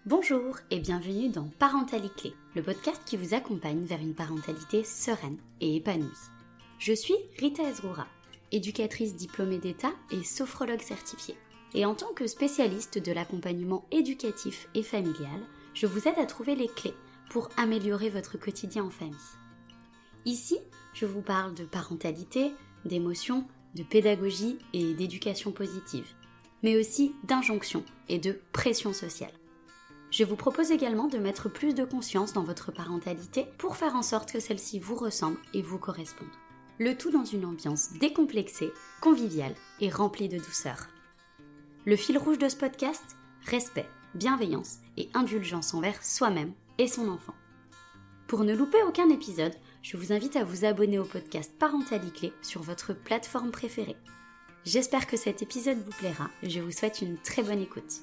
Bonjour et bienvenue dans Parentalité, le podcast qui vous accompagne vers une parentalité sereine et épanouie. Je suis Rita Ezroura, éducatrice diplômée d'État et sophrologue certifiée. Et en tant que spécialiste de l'accompagnement éducatif et familial, je vous aide à trouver les clés pour améliorer votre quotidien en famille. Ici, je vous parle de parentalité, d'émotions, de pédagogie et d'éducation positive, mais aussi d'injonction et de pression sociale. Je vous propose également de mettre plus de conscience dans votre parentalité pour faire en sorte que celle-ci vous ressemble et vous corresponde. Le tout dans une ambiance décomplexée, conviviale et remplie de douceur. Le fil rouge de ce podcast, respect, bienveillance et indulgence envers soi-même et son enfant. Pour ne louper aucun épisode, je vous invite à vous abonner au podcast Parentalité sur votre plateforme préférée. J'espère que cet épisode vous plaira et je vous souhaite une très bonne écoute.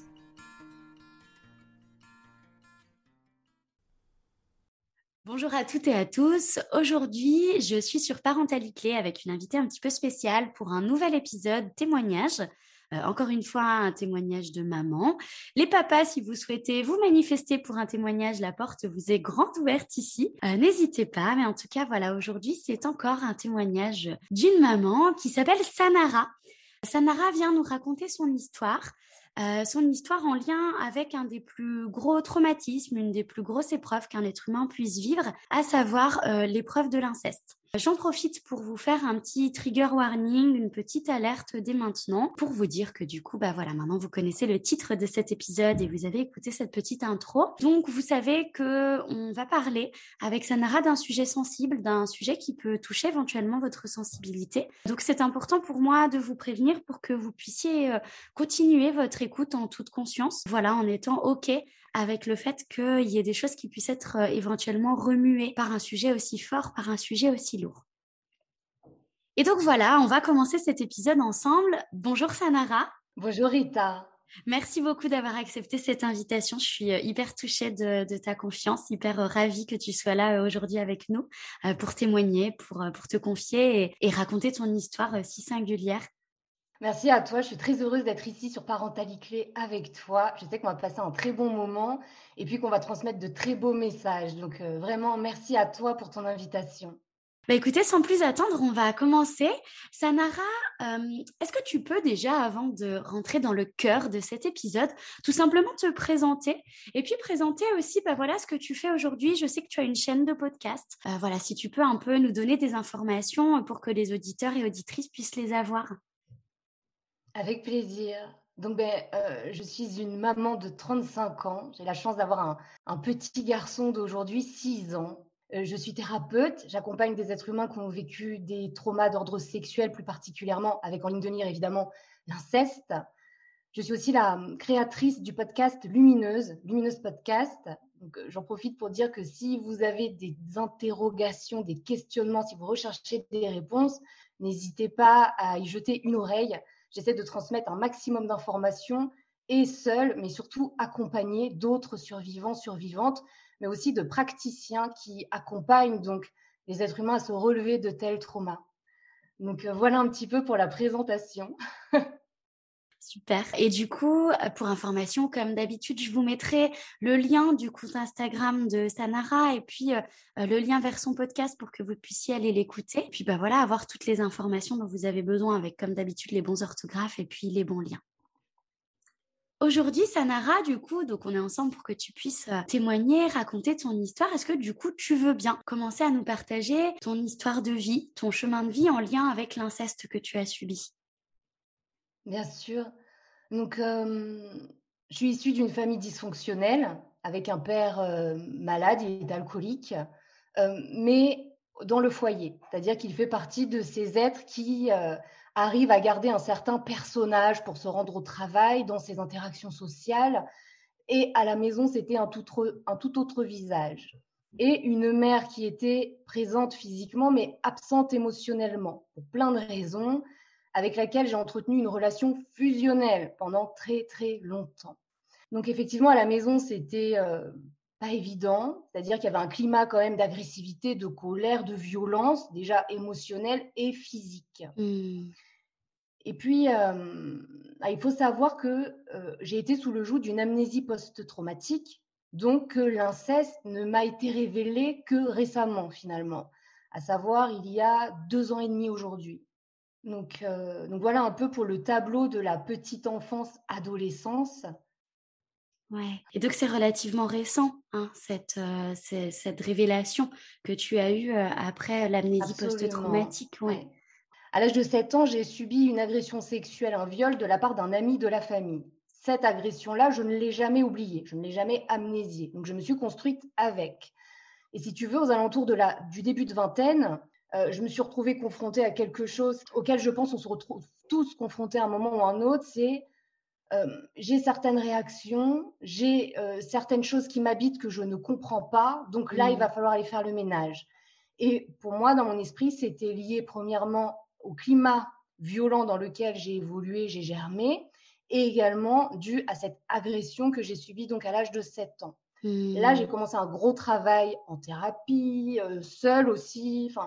Bonjour à toutes et à tous. Aujourd'hui, je suis sur Parentalité avec une invitée un petit peu spéciale pour un nouvel épisode témoignage. Encore une fois, un témoignage de maman. Les papas, si vous souhaitez vous manifester pour un témoignage, la porte vous est grande ouverte ici. N'hésitez pas. Mais en tout cas, voilà, aujourd'hui, c'est encore un témoignage d'une maman qui s'appelle Sanara. Sanara vient nous raconter son histoire en lien avec un des plus gros traumatismes, une des plus grosses épreuves qu'un être humain puisse vivre, à savoir l'épreuve de l'inceste. J'en profite pour vous faire un petit trigger warning, une petite alerte dès maintenant, pour vous dire que du coup, maintenant vous connaissez le titre de cet épisode et vous avez écouté cette petite intro. Donc vous savez qu'on va parler avec Sanara d'un sujet sensible, d'un sujet qui peut toucher éventuellement votre sensibilité. Donc c'est important pour moi de vous prévenir pour que vous puissiez continuer votre écoute en toute conscience, en étant OK avec le fait qu'il y ait des choses qui puissent être éventuellement remuées par un sujet aussi fort, par un sujet aussi lourd. Et donc voilà, on va commencer cet épisode ensemble. Bonjour Sanara. Bonjour Rita. Merci beaucoup d'avoir accepté cette invitation. Je suis hyper touchée de ta confiance, hyper ravie que tu sois là aujourd'hui avec nous pour témoigner, pour te confier et raconter ton histoire si singulière. Merci à toi, je suis très heureuse d'être ici sur Parentalité avec toi. Je sais qu'on va passer un très bon moment et puis qu'on va transmettre de très beaux messages. Donc vraiment, merci à toi pour ton invitation. Écoutez, sans plus attendre, on va commencer. Sanara, est-ce que tu peux déjà, avant de rentrer dans le cœur de cet épisode, tout simplement te présenter et puis présenter aussi ce que tu fais aujourd'hui. Je sais que tu as une chaîne de podcast. Si tu peux un peu nous donner des informations pour que les auditeurs et auditrices puissent les avoir. Avec plaisir. Donc, je suis une maman de 35 ans. J'ai la chance d'avoir un petit garçon d'aujourd'hui, 6 ans. Je suis thérapeute. J'accompagne des êtres humains qui ont vécu des traumas d'ordre sexuel, plus particulièrement, avec en ligne de mire, évidemment, l'inceste. Je suis aussi la créatrice du podcast Lumineuse Podcast. Donc, j'en profite pour dire que si vous avez des interrogations, des questionnements, si vous recherchez des réponses, n'hésitez pas à y jeter une oreille. J'essaie de transmettre un maximum d'informations et seule, mais surtout accompagnée d'autres survivants, survivantes, mais aussi de praticiens qui accompagnent donc les êtres humains à se relever de tels traumas. Donc, voilà un petit peu pour la présentation. Super. Et du coup, pour information, comme d'habitude, je vous mettrai le lien du compte Instagram de Sanara et puis le lien vers son podcast pour que vous puissiez aller l'écouter. Et puis avoir toutes les informations dont vous avez besoin avec, comme d'habitude, les bons orthographes et puis les bons liens. Aujourd'hui, Sanara, du coup, donc on est ensemble pour que tu puisses témoigner, raconter ton histoire. Est-ce que du coup, tu veux bien commencer à nous partager ton histoire de vie, ton chemin de vie en lien avec l'inceste que tu as subi? Bien sûr. Donc, je suis issue d'une famille dysfonctionnelle avec un père malade, il est alcoolique, mais dans le foyer. C'est-à-dire qu'il fait partie de ces êtres qui arrivent à garder un certain personnage pour se rendre au travail, dans ses interactions sociales. Et à la maison, c'était un tout autre visage. Et une mère qui était présente physiquement, mais absente émotionnellement, pour plein de raisons, avec laquelle j'ai entretenu une relation fusionnelle pendant très, très longtemps. Donc effectivement, à la maison, c'était pas évident, c'est-à-dire qu'il y avait un climat quand même d'agressivité, de colère, de violence, déjà émotionnelle et physique. Et puis, il faut savoir que, j'ai été sous le joug d'une amnésie post-traumatique, donc l'inceste ne m'a été révélé que récemment finalement, à savoir il y a 2 ans et demi aujourd'hui. Donc voilà un peu pour le tableau de la petite enfance, adolescence. Ouais, et donc c'est relativement récent, hein, cette révélation que tu as eue, après l'amnésie Absolument, post-traumatique, ouais. ouais. À l'âge de 7 ans, j'ai subi une agression sexuelle, un viol de la part d'un ami de la famille. Cette agression-là, je ne l'ai jamais oubliée, je ne l'ai jamais amnésiée, donc je me suis construite avec. Et si tu veux, aux alentours du début de vingtaine, je me suis retrouvée confrontée à quelque chose auquel je pense on se retrouve tous confrontés à un moment ou à un autre, c'est, j'ai certaines réactions, j'ai, certaines choses qui m'habitent que je ne comprends pas, donc là, il Mmh. va falloir aller faire le ménage. Et pour moi, dans mon esprit, c'était lié premièrement au climat violent dans lequel j'ai évolué, j'ai germé, et également dû à cette agression que j'ai subie donc à l'âge de 7 ans. Là, j'ai Mmh. commencé un gros travail en thérapie, seule aussi, enfin,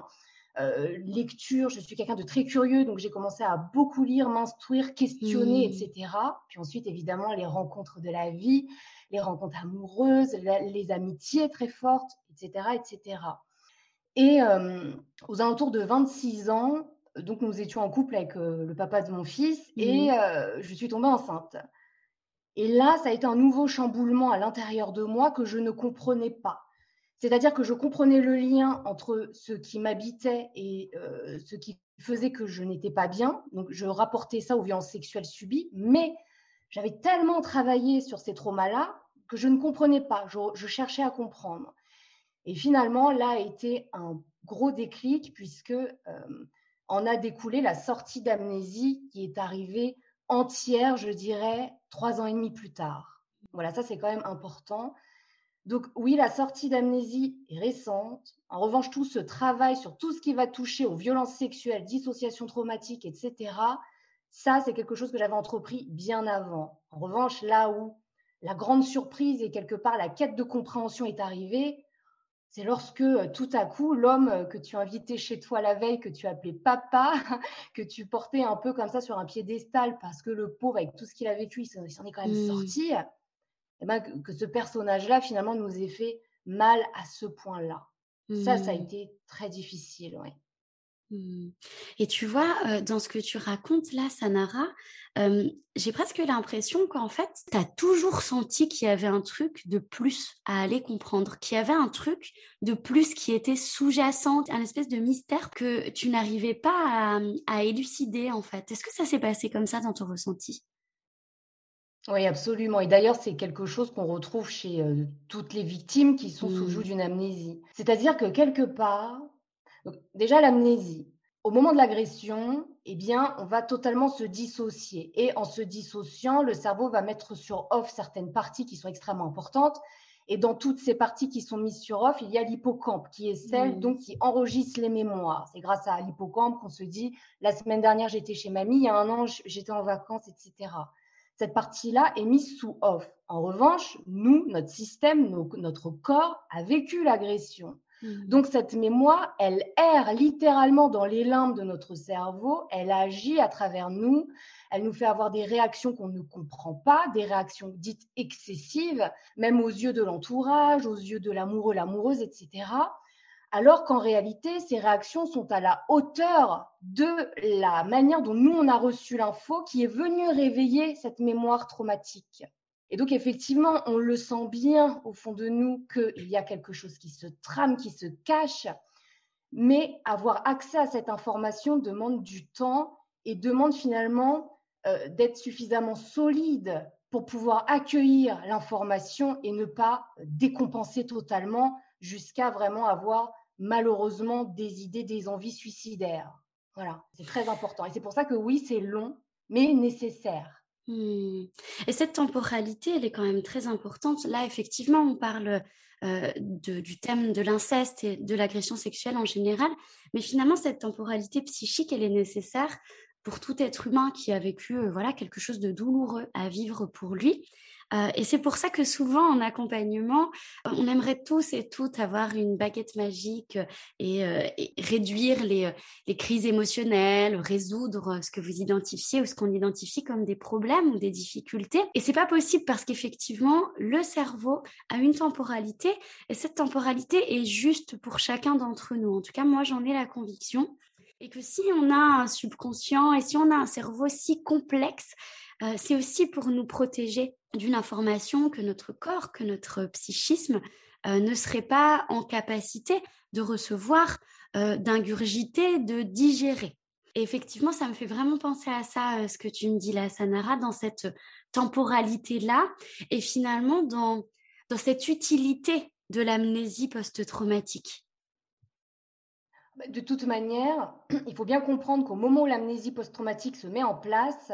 lecture. Je suis quelqu'un de très curieux, donc j'ai commencé à beaucoup lire, m'instruire, questionner, et Mmh. cetera. Puis ensuite, évidemment, les rencontres de la vie, les rencontres amoureuses, la les amitiés très fortes, et cetera, et cetera. Et aux alentours de 26 ans, donc nous étions en couple avec, le papa de mon fils, et Mmh. je suis tombée enceinte. Et là, ça a été un nouveau chamboulement à l'intérieur de moi que je ne comprenais pas. C'est-à-dire que je comprenais le lien entre ce qui m'habitait et ce qui faisait que je n'étais pas bien. Donc je rapportais ça aux violences sexuelles subies, mais j'avais tellement travaillé sur ces traumas-là que je ne comprenais pas. Je cherchais à comprendre. Et finalement, là a été un gros déclic puisque, en a découlé la sortie d'amnésie qui est arrivée entière, je dirais, 3 ans et demi plus tard. Voilà, ça, c'est quand même important. Donc oui, la sortie d'amnésie est récente. En revanche, tout ce travail sur tout ce qui va toucher aux violences sexuelles, dissociation traumatique, et cetera, ça, c'est quelque chose que j'avais entrepris bien avant. En revanche, là où la grande surprise et quelque part la quête de compréhension est arrivée, c'est lorsque, tout à coup, l'homme, que tu invitais chez toi la veille, que tu appelais papa, que tu portais un peu comme ça sur un piédestal parce que le pauvre, avec tout ce qu'il a vécu, il s'en est quand même Mmh. sorti, et ben, que ce personnage-là, finalement, nous ait fait mal à ce point-là. Ça a Mmh. été très difficile, oui. Mmh. Et tu vois, dans ce que tu racontes là, Sanara, j'ai presque l'impression qu'en fait, tu as toujours senti qu'il y avait un truc de plus à aller comprendre, qu'il y avait un truc de plus qui était sous-jacent, un espèce de mystère que tu n'arrivais pas à élucider, en fait. Est-ce que ça s'est passé comme ça dans ton ressenti? Oui, absolument, et d'ailleurs, c'est quelque chose qu'on retrouve chez, toutes les victimes qui sont sous le joug Mmh. d'une amnésie. C'est-à-dire que quelque part, donc déjà l'amnésie, au moment de l'agression, eh bien, on va totalement se dissocier, et en se dissociant, le cerveau va mettre sur off certaines parties qui sont extrêmement importantes, et dans toutes ces parties qui sont mises sur off, il y a l'hippocampe qui est celle Mmh. donc qui enregistre les mémoires. C'est grâce à l'hippocampe qu'on se dit: «La semaine dernière, j'étais chez mamie, il y a un an, j'étais en vacances», et cetera. Cette partie-là est mise sous off. En revanche, nous, notre système, notre corps a vécu l'agression. Mmh. Donc cette mémoire, elle erre littéralement dans les limbes de notre cerveau, elle agit à travers nous, elle nous fait avoir des réactions qu'on ne comprend pas, des réactions dites excessives, même aux yeux de l'entourage, aux yeux de l'amoureux, l'amoureuse, etc. Alors qu'en réalité, ces réactions sont à la hauteur de la manière dont nous, on a reçu l'info qui est venue réveiller cette mémoire traumatique. Et donc, effectivement, on le sent bien au fond de nous qu'il y a quelque chose qui se trame, qui se cache, mais avoir accès à cette information demande du temps et demande finalement d'être suffisamment solide pour pouvoir accueillir l'information et ne pas décompenser totalement jusqu'à vraiment avoir malheureusement des idées, des envies suicidaires. Voilà, c'est très important. Et c'est pour ça que oui, c'est long, mais nécessaire. Mmh. Et cette temporalité, elle est quand même très importante. Là, effectivement, on parle, du thème de l'inceste et de l'agression sexuelle en général, mais finalement, cette temporalité psychique, elle est nécessaire pour tout être humain qui a vécu, voilà, quelque chose de douloureux à vivre pour lui. Et c'est pour ça que souvent en accompagnement, on aimerait tous et toutes avoir une baguette magique et réduire les crises émotionnelles, résoudre ce que vous identifiez ou ce qu'on identifie comme des problèmes ou des difficultés. Et c'est pas possible parce qu'effectivement, le cerveau a une temporalité et cette temporalité est juste pour chacun d'entre nous. En tout cas, moi, j'en ai la conviction. Et que si on a un subconscient et si on a un cerveau si complexe, c'est aussi pour nous protéger d'une information que notre corps, que notre psychisme ne serait pas en capacité de recevoir, d'ingurgiter, de digérer. Et effectivement, ça me fait vraiment penser à ça, ce que tu me dis là, Sanara, dans cette temporalité-là et finalement dans cette utilité de l'amnésie post-traumatique. De toute manière, il faut bien comprendre qu'au moment où l'amnésie post-traumatique se met en place,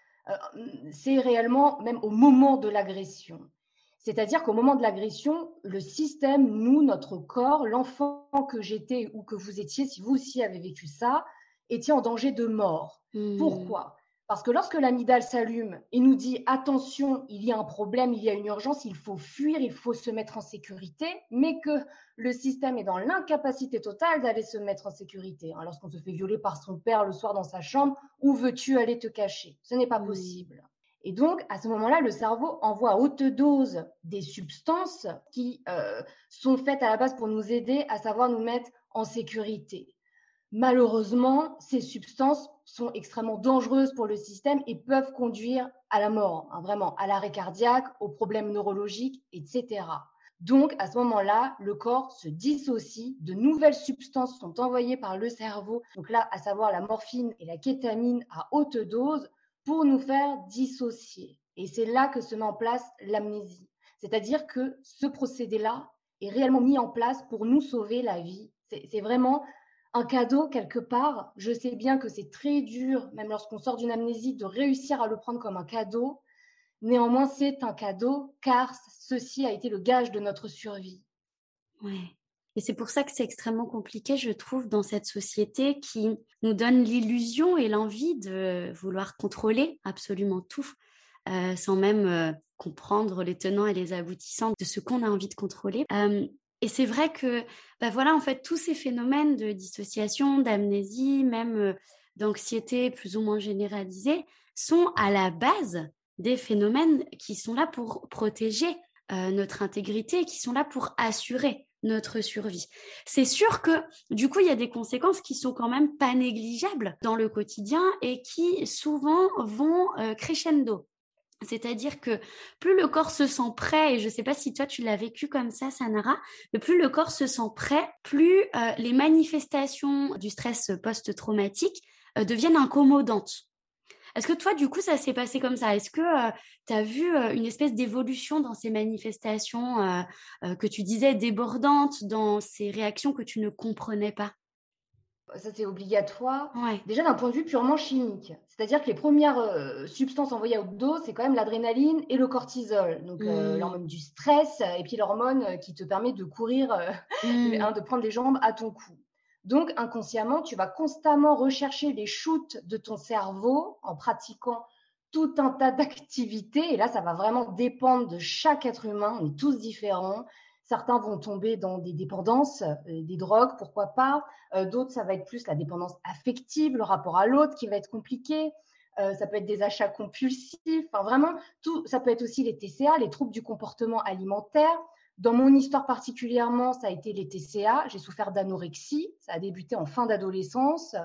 c'est réellement même au moment de l'agression. C'est-à-dire qu'au moment de l'agression, le système, nous, notre corps, l'enfant que j'étais ou que vous étiez, si vous aussi avez vécu ça, étiez en danger de mort. Mmh. Pourquoi? Parce que lorsque l'amygdale s'allume et nous dit attention, il y a un problème, il y a une urgence, il faut fuir, il faut se mettre en sécurité, mais que le système est dans l'incapacité totale d'aller se mettre en sécurité. Lorsqu'on se fait violer par son père le soir dans sa chambre, où veux-tu aller te cacher? Ce n'est pas Mmh. possible. Et donc, à ce moment-là, le cerveau envoie à haute dose des substances qui sont faites à la base pour nous aider à savoir nous mettre en sécurité. Malheureusement, ces substances sont extrêmement dangereuses pour le système et peuvent conduire à la mort, vraiment, à l'arrêt cardiaque, aux problèmes neurologiques, etc. Donc, à ce moment-là, le corps se dissocie, de nouvelles substances sont envoyées par le cerveau, donc là, à savoir la morphine et la kétamine à haute dose, pour nous faire dissocier. Et c'est là que se met en place l'amnésie. C'est-à-dire que ce procédé-là est réellement mis en place pour nous sauver la vie. C'est vraiment un cadeau quelque part. Je sais bien que c'est très dur, même lorsqu'on sort d'une amnésie, de réussir à le prendre comme un cadeau. Néanmoins, c'est un cadeau car ceci a été le gage de notre survie. Ouais. Et c'est pour ça que c'est extrêmement compliqué, je trouve, dans cette société qui nous donne l'illusion et l'envie de vouloir contrôler absolument tout, sans même comprendre les tenants et les aboutissants de ce qu'on a envie de contrôler. Et c'est vrai que, bah voilà, en fait, tous ces phénomènes de dissociation, d'amnésie, même d'anxiété plus ou moins généralisée, sont à la base des phénomènes qui sont là pour protéger notre intégrité, qui sont là pour assurer notre survie. C'est sûr que du coup, il y a des conséquences qui sont quand même pas négligeables dans le quotidien et qui souvent vont crescendo. C'est-à-dire que plus le corps se sent prêt, et je ne sais pas si toi tu l'as vécu comme ça, Sanara, mais plus le corps se sent prêt, plus les manifestations du stress post-traumatique deviennent incommodantes. Est-ce que toi, du coup, ça s'est passé comme ça? Est-ce que tu as vu une espèce d'évolution dans ces manifestations que tu disais débordantes, dans ces réactions que tu ne comprenais pas? Ça, c'est obligatoire. Ouais. Déjà d'un point de vue purement chimique. C'est-à-dire que les premières substances envoyées à haute dose, c'est quand même l'adrénaline et le cortisol. Donc Mmh. l'hormone du stress et puis l'hormone qui te permet de courir, Mmh. de prendre les jambes à ton cou. Donc inconsciemment, tu vas constamment rechercher les shoots de ton cerveau en pratiquant tout un tas d'activités. Et là, ça va vraiment dépendre de chaque être humain. On est tous différents. Certains vont tomber dans des dépendances, des drogues, pourquoi pas. D'autres, ça va être plus la dépendance affective, le rapport à l'autre qui va être compliqué. Ça peut être des achats compulsifs. Enfin, vraiment, tout. Ça peut être aussi les TCA, les troubles du comportement alimentaire. Dans mon histoire particulièrement, ça a été les TCA. J'ai souffert d'anorexie. Ça a débuté en fin d'adolescence.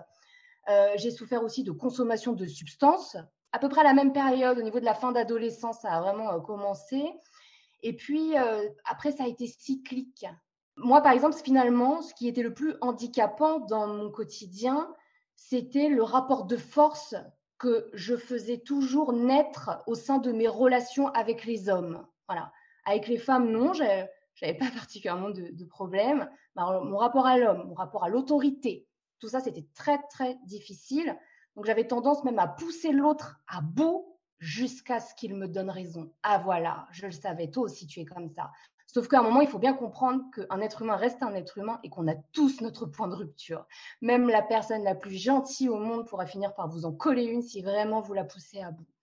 J'ai souffert aussi de consommation de substances. À peu près à la même période, au niveau de la fin d'adolescence, ça a vraiment commencé. Et puis, après, ça a été cyclique. Moi, par exemple, finalement, ce qui était le plus handicapant dans mon quotidien, c'était le rapport de force que je faisais toujours naître au sein de mes relations avec les hommes. Voilà. Avec les femmes, non, j'avais pas particulièrement de problème. Alors, mon rapport à l'homme, mon rapport à l'autorité, tout ça, c'était très, très difficile. Donc, j'avais tendance même à pousser l'autre à bout jusqu'à ce qu'il me donne raison. Ah voilà, je le savais, toi aussi tu es comme ça. Sauf qu'à un moment, il faut bien comprendre qu'un être humain reste un être humain et qu'on a tous notre point de rupture. Même la personne la plus gentille au monde pourra finir par vous en coller une si vraiment vous la poussez à bout.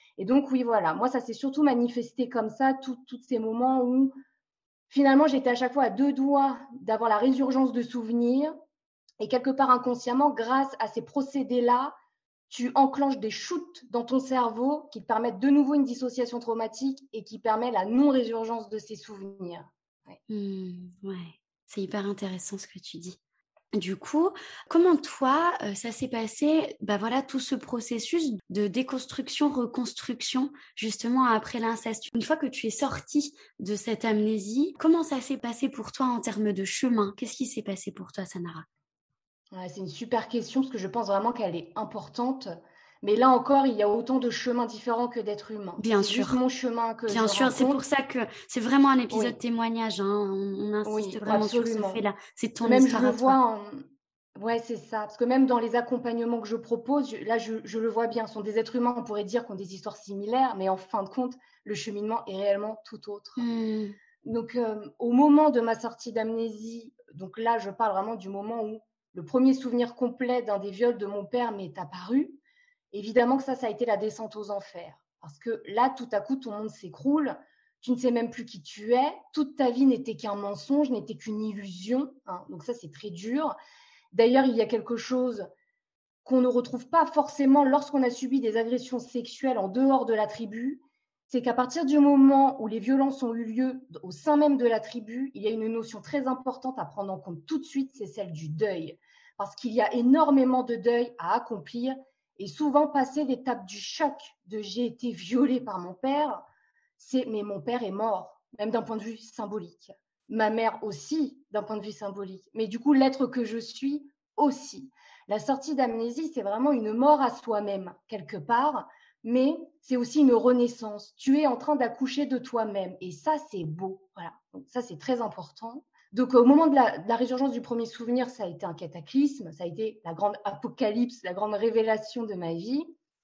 Et donc, oui, voilà, moi, ça s'est surtout manifesté comme ça, tous ces moments où finalement, j'étais à chaque fois à 2 doigts d'avoir la résurgence de souvenirs et quelque part inconsciemment, grâce à ces procédés-là, tu enclenches des shoots dans ton cerveau qui te permettent de nouveau une dissociation traumatique et qui permet la non-résurgence de ces souvenirs. Ouais. Ouais, c'est hyper intéressant ce que tu dis. Du coup, comment toi, ça s'est passé, bah, voilà, tout ce processus de déconstruction, reconstruction, justement après l'inceste? Une fois que tu es sortie de cette amnésie, comment ça s'est passé pour toi en termes de chemin? Qu'est-ce qui s'est passé pour toi, Sanara? Ouais, c'est une super question parce que je pense vraiment qu'elle est importante. Mais là encore, il y a autant de chemins différents que d'êtres humains. Bien C'est juste sûr, mon chemin que bien je sûr. C'est pour raconte. ça que c'est vraiment un épisode Oui, témoignage, hein. On insiste oui, vraiment sur ce absolument. fait-là. C'est Que ton même je histoire le à toi. vois ouais, c'est ça. Parce que même dans les accompagnements que je propose, je le vois bien. Ce sont des êtres humains, on pourrait dire, qui ont des histoires similaires, mais en fin de compte, le cheminement est réellement tout autre. Mmh. Donc, au moment de ma sortie d'amnésie, donc là, je parle vraiment du moment où le premier souvenir complet d'un des viols de mon père m'est apparu. Évidemment que ça a été la descente aux enfers. Parce que là, tout à coup, ton monde s'écroule. Tu ne sais même plus qui tu es. Toute ta vie n'était qu'un mensonge, n'était qu'une illusion, hein. Donc ça, c'est très dur. D'ailleurs, il y a quelque chose qu'on ne retrouve pas forcément lorsqu'on a subi des agressions sexuelles en dehors de la tribu, c'est qu'à partir du moment où les violences ont eu lieu au sein même de la tribu, il y a une notion très importante à prendre en compte tout de suite, c'est celle du deuil. Parce qu'il y a énormément de deuil à accomplir et souvent passer l'étape du choc de j'ai été violée par mon père, c'est mais mon père est mort, même d'un point de vue symbolique. Ma mère aussi, d'un point de vue symbolique. Mais du coup, l'être que je suis aussi. La sortie d'amnésie, c'est vraiment une mort à soi-même, quelque part, mais c'est aussi une renaissance. Tu es en train d'accoucher de toi-même. Et ça, c'est beau. Voilà. Donc, ça, c'est très important. Donc, au moment de la résurgence du premier souvenir, ça a été un cataclysme. Ça a été la grande apocalypse, la grande révélation de ma vie.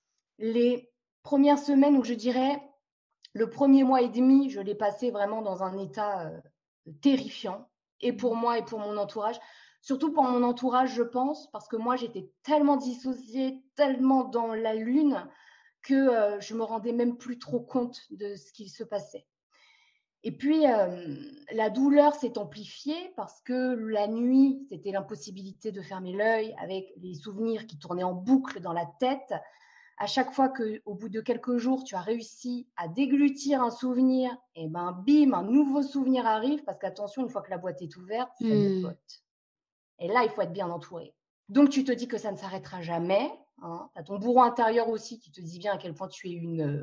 Les premières semaines, où je dirais, le premier mois et demi, je l'ai passé vraiment dans un état terrifiant, et pour moi et pour mon entourage. Surtout pour mon entourage, je pense, parce que moi, j'étais tellement dissociée, tellement dans la lune, que je me rendais même plus trop compte de ce qui se passait. Et puis, la douleur s'est amplifiée parce que la nuit, c'était l'impossibilité de fermer l'œil avec les souvenirs qui tournaient en boucle dans la tête. À chaque fois qu'au bout de quelques jours, tu as réussi à déglutir un souvenir, et ben bim, un nouveau souvenir arrive, parce qu'attention, une fois que la boîte est ouverte, ça Mmh. dépote. Et là, il faut être bien entouré. Donc, tu te dis que ça ne s'arrêtera jamais, hein. Tu as ton bourreau intérieur aussi qui te dit bien à quel point tu es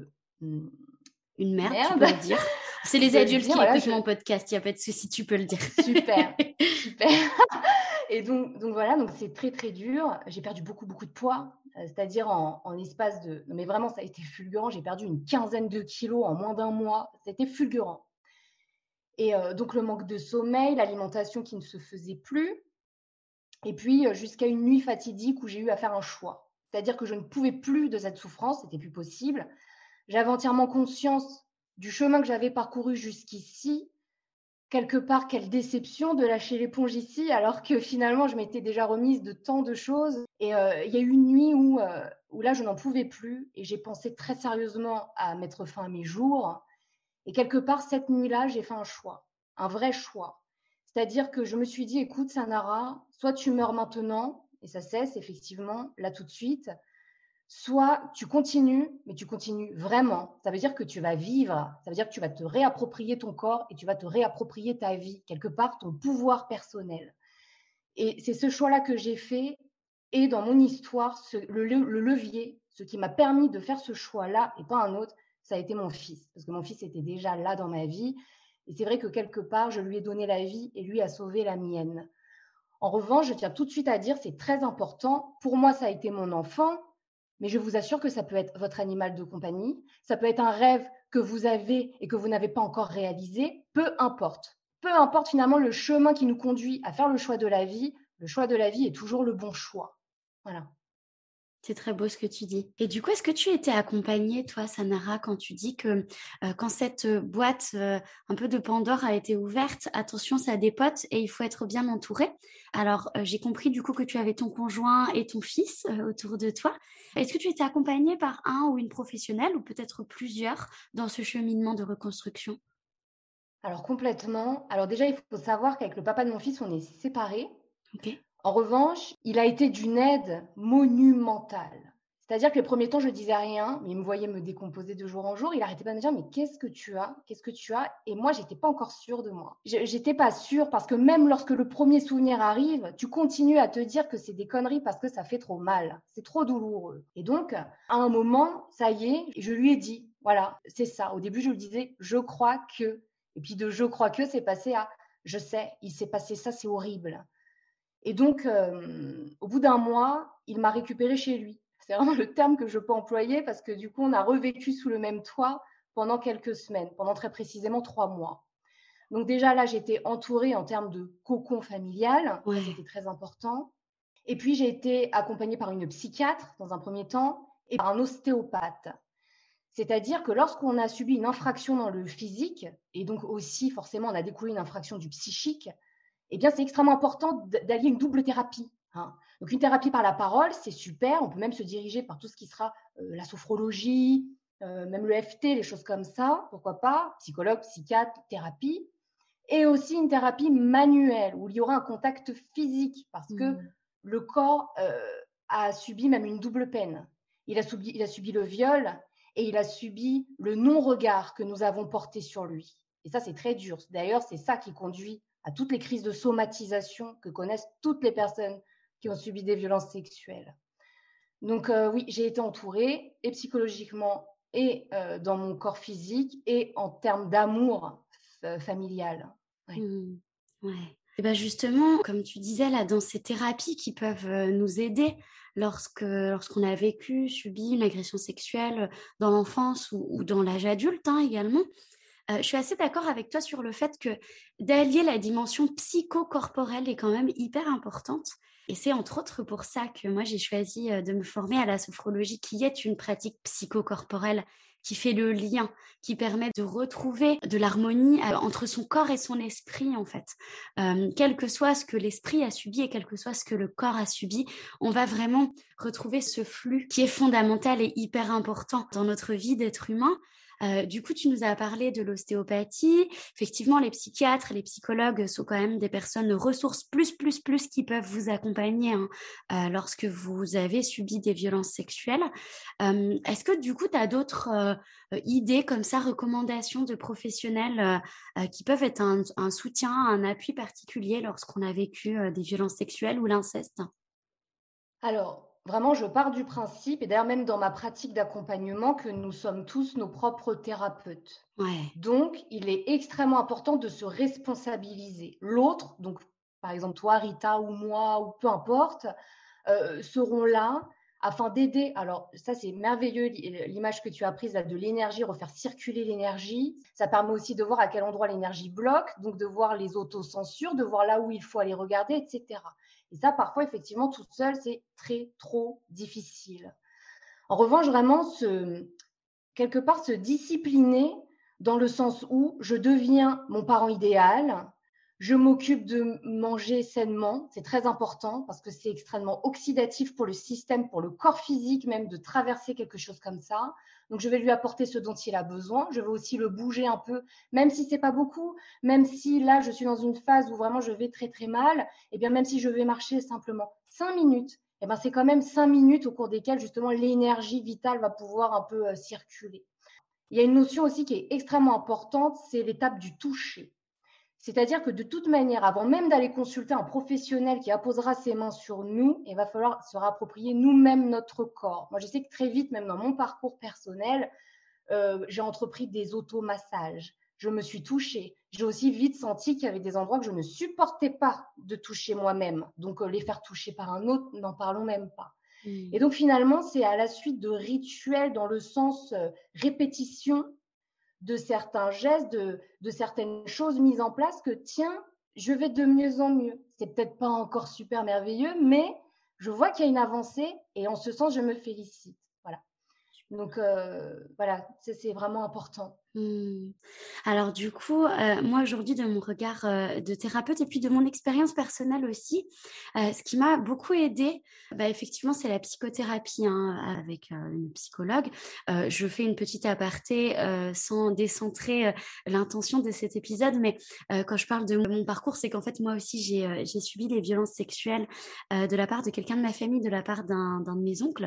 Une merde, tu merde. peux le dire. C'est Tu les peux le adultes dire, qui voilà. écoutent mon podcast, il y a pas de souci, tu peux le dire. Super, super. Et donc voilà, donc c'est très, très dur. J'ai perdu beaucoup, beaucoup de poids, c'est-à-dire en espace de non mais vraiment ça a été fulgurant, j'ai perdu une quinzaine de kilos en moins d'un mois, c'était fulgurant. Et donc le manque de sommeil, l'alimentation qui ne se faisait plus et puis, jusqu'à une nuit fatidique où j'ai eu à faire un choix. C'est-à-dire que je ne pouvais plus de cette souffrance, c'était plus possible. J'avais entièrement conscience du chemin que j'avais parcouru jusqu'ici. Quelque part, quelle déception de lâcher l'éponge ici, alors que finalement, je m'étais déjà remise de tant de choses. Et il y a eu une nuit où là, je n'en pouvais plus et j'ai pensé très sérieusement à mettre fin à mes jours. Et quelque part, cette nuit-là, j'ai fait un choix, un vrai choix. C'est-à-dire que je me suis dit, écoute, Sanara, soit tu meurs maintenant, et ça cesse effectivement, là tout de suite, soit tu continues, mais tu continues vraiment. Ça veut dire que tu vas vivre, ça veut dire que tu vas te réapproprier ton corps et tu vas te réapproprier ta vie, quelque part ton pouvoir personnel. Et c'est ce choix-là que j'ai fait. Et dans mon histoire, le levier, ce qui m'a permis de faire ce choix-là et pas un autre, ça a été mon fils. Parce que mon fils était déjà là dans ma vie. Et c'est vrai que quelque part, je lui ai donné la vie et lui a sauvé la mienne. En revanche, je tiens tout de suite à dire, c'est très important. Pour moi, ça a été mon enfant, mais je vous assure que ça peut être votre animal de compagnie. Ça peut être un rêve que vous avez et que vous n'avez pas encore réalisé. Peu importe. Peu importe finalement le chemin qui nous conduit à faire le choix de la vie est toujours le bon choix. Voilà. C'est très beau ce que tu dis. Et du coup, est-ce que tu étais accompagnée, toi, Sanara, quand tu dis que quand cette boîte un peu de Pandore a été ouverte, attention, ça dépote et il faut être bien entouré. Alors, j'ai compris du coup que tu avais ton conjoint et ton fils autour de toi. Est-ce que tu étais accompagnée par un ou une professionnelle ou peut-être plusieurs dans ce cheminement de reconstruction? Alors complètement. Alors déjà, il faut savoir qu'avec le papa de mon fils, on est séparés. Ok. En revanche, il a été d'une aide monumentale. C'est-à-dire que les premiers temps, je disais rien, mais il me voyait me décomposer de jour en jour. Il arrêtait pas de me dire: «Mais qu'est-ce que tu as? Qu'est-ce que tu as?» Et moi, j'étais pas encore sûre de moi. J'étais pas sûre parce que même lorsque le premier souvenir arrive, tu continues à te dire que c'est des conneries parce que ça fait trop mal. C'est trop douloureux. Et donc, à un moment, ça y est, je lui ai dit: «Voilà, c'est ça». Au début, je lui disais: «Je crois que», et puis de «je crois que», c'est passé à «je sais, il s'est passé ça, c'est horrible». Et donc, au bout d'un mois, il m'a récupérée chez lui. C'est vraiment le terme que je peux employer parce que du coup, on a revécu sous le même toit pendant quelques semaines, pendant très précisément 3 mois. Donc déjà là, j'étais entourée en termes de cocon familial, ça Ouais. c'était très important. Et puis j'ai été accompagnée par une psychiatre dans un premier temps et par un ostéopathe. C'est-à-dire que lorsqu'on a subi une infraction dans le physique et donc aussi forcément on a découvert une infraction du psychique, eh bien, c'est extrêmement important d'allier une double thérapie, hein. Donc, une thérapie par la parole, c'est super. On peut même se diriger par tout ce qui sera la sophrologie, même le FT, les choses comme ça, pourquoi pas, psychologue, psychiatre, thérapie. Et aussi une thérapie manuelle, où il y aura un contact physique, parce que Mm. le corps a subi même une double peine. Il a subi le viol et il a subi le non-regard que nous avons porté sur lui. Et ça, c'est très dur. D'ailleurs, c'est ça qui conduit à toutes les crises de somatisation que connaissent toutes les personnes qui ont subi des violences sexuelles. Donc oui, j'ai été entourée, et psychologiquement, et dans mon corps physique, et en termes d'amour familial. Ouais. Mmh. Ouais. Et bah, justement, comme tu disais là, dans ces thérapies qui peuvent, nous aider lorsqu'on a vécu, subi une agression sexuelle, dans l'enfance ou dans l'âge adulte, hein, également. Je suis assez d'accord avec toi sur le fait que d'allier la dimension psychocorporelle est quand même hyper importante et c'est entre autres pour ça que moi j'ai choisi, de me former à la sophrologie qui est une pratique psychocorporelle qui fait le lien, qui permet de retrouver de l'harmonie, entre son corps et son esprit en fait. Quel que soit ce que l'esprit a subi et quel que soit ce que le corps a subi, on va vraiment retrouver ce flux qui est fondamental et hyper important dans notre vie d'être humain. Du coup, tu nous as parlé de l'ostéopathie. Effectivement, les psychiatres, les psychologues sont quand même des personnes ressources plus qui peuvent vous accompagner hein, lorsque vous avez subi des violences sexuelles. Est-ce que du coup, tu as d'autres idées comme ça, recommandations de professionnels qui peuvent être un soutien, un appui particulier lorsqu'on a vécu des violences sexuelles ou l'inceste? Alors, vraiment, je pars du principe, et d'ailleurs même dans ma pratique d'accompagnement, que nous sommes tous nos propres thérapeutes. Ouais. Donc, il est extrêmement important de se responsabiliser. L'autre, donc par exemple toi, Rita, ou moi, ou peu importe, seront là afin d'aider. Alors ça, c'est merveilleux, l'image que tu as prise là de l'énergie, refaire circuler l'énergie. Ça permet aussi de voir à quel endroit l'énergie bloque, donc de voir les autocensures, de voir là où il faut aller regarder, etc. Et ça, parfois, effectivement, toute seule, c'est très, trop difficile. En revanche, vraiment, quelque part, se discipliner dans le sens où je deviens mon parent idéal, je m'occupe de manger sainement, c'est très important parce que c'est extrêmement oxydatif pour le système, pour le corps physique même de traverser quelque chose comme ça. Donc je vais lui apporter ce dont il a besoin, je vais aussi le bouger un peu, même si c'est pas beaucoup, même si là je suis dans une phase où vraiment je vais très très mal, et bien même si je vais marcher simplement 5 minutes, et ben c'est quand même 5 minutes au cours desquelles justement l'énergie vitale va pouvoir un peu circuler. Il y a une notion aussi qui est extrêmement importante, c'est l'étape du toucher. C'est-à-dire que de toute manière, avant même d'aller consulter un professionnel qui apposera ses mains sur nous, il va falloir se réapproprier nous-mêmes notre corps. Moi, je sais que très vite, même dans mon parcours personnel, j'ai entrepris des automassages. Je me suis touchée. J'ai aussi vite senti qu'il y avait des endroits que je ne supportais pas de toucher moi-même. Donc, les faire toucher par un autre, n'en parlons même pas. Et Mmh. donc, finalement, c'est à la suite de rituels dans le sens répétition de certains gestes, de certaines choses mises en place que, tiens, je vais de mieux en mieux. C'est peut-être pas encore super merveilleux, mais je vois qu'il y a une avancée et en ce sens, je me félicite. Voilà. Donc, voilà, c'est vraiment important. Mmh. Alors du coup, moi aujourd'hui de mon regard, de thérapeute et puis de mon expérience personnelle aussi, ce qui m'a beaucoup aidée, bah, effectivement, c'est la psychothérapie, hein, avec, une psychologue. Je fais une petite aparté, sans décentrer, l'intention de cet épisode, mais, quand je parle de mon parcours, c'est qu'en fait moi aussi j'ai subi des violences sexuelles, de la part de quelqu'un de ma famille, de la part d'un de mes oncles.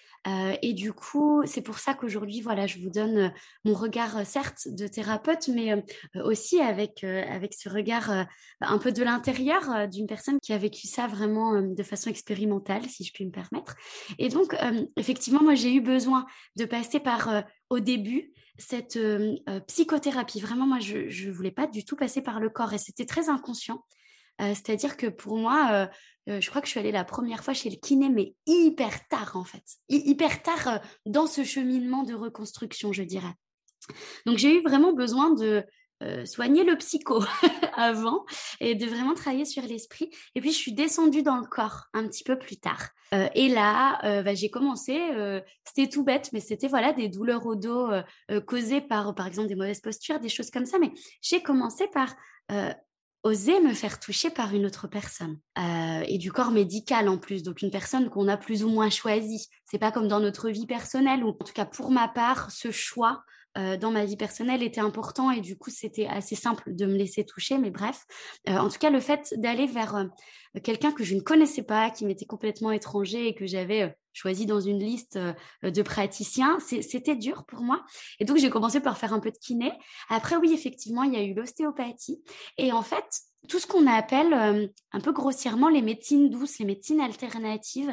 Et du coup, c'est pour ça qu'aujourd'hui, voilà, je vous donne, mon regard, certes de thérapeute, mais, aussi avec ce regard, un peu de l'intérieur, d'une personne qui a vécu ça vraiment, de façon expérimentale, si je puis me permettre. Et donc, effectivement, moi, j'ai eu besoin de passer par, au début, cette, psychothérapie. Vraiment, moi, je voulais pas du tout passer par le corps et c'était très inconscient. C'est-à-dire que pour moi, je crois que je suis allée la première fois chez le kiné, mais hyper tard en fait. Hyper tard, dans ce cheminement de reconstruction, je dirais. Donc j'ai eu vraiment besoin de, soigner le psycho avant et de vraiment travailler sur l'esprit et puis je suis descendue dans le corps un petit peu plus tard. Et là, bah, j'ai commencé, c'était tout bête, mais c'était voilà des douleurs au dos, causées par exemple des mauvaises postures, des choses comme ça, mais j'ai commencé par, heu, oser me faire toucher par une autre personne, et du corps médical en plus, donc une personne qu'on a plus ou moins choisie. C'est pas comme dans notre vie personnelle ou en tout cas pour ma part, ce choix dans ma vie personnelle était important et du coup, c'était assez simple de me laisser toucher, mais bref. En tout cas, le fait d'aller vers, quelqu'un que je ne connaissais pas, qui m'était complètement étranger et que j'avais, choisi dans une liste, de praticiens, c'était dur pour moi et donc j'ai commencé par faire un peu de kiné. Après oui, effectivement, il y a eu l'ostéopathie et en fait, tout ce qu'on appelle, un peu grossièrement les médecines douces, les médecines alternatives,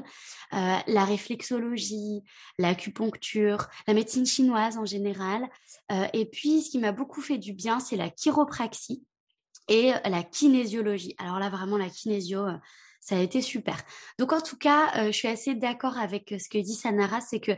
la réflexologie, l'acupuncture, la médecine chinoise en général. Et puis, ce qui m'a beaucoup fait du bien, c'est la chiropraxie et la kinésiologie. Alors là, vraiment, la kinésio, ça a été super. Donc, en tout cas, je suis assez d'accord avec ce que dit Sanara, c'est que,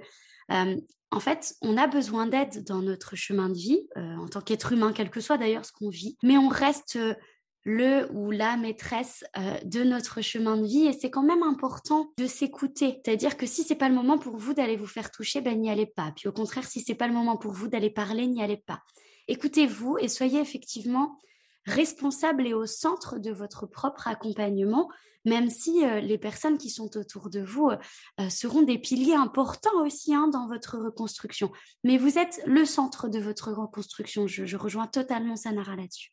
en fait, on a besoin d'aide dans notre chemin de vie, en tant qu'être humain, quel que soit d'ailleurs ce qu'on vit, mais on reste le ou la maîtresse de notre chemin de vie et c'est quand même important de s'écouter. C'est-à-dire que si c'est pas le moment pour vous d'aller vous faire toucher, ben n'y allez pas. Puis au contraire, si c'est pas le moment pour vous d'aller parler, n'y allez pas. Écoutez-vous et soyez effectivement responsable et au centre de votre propre accompagnement, même si les personnes qui sont autour de vous seront des piliers importants aussi hein, dans votre reconstruction. Mais vous êtes le centre de votre reconstruction. Je rejoins totalement Sanara là-dessus.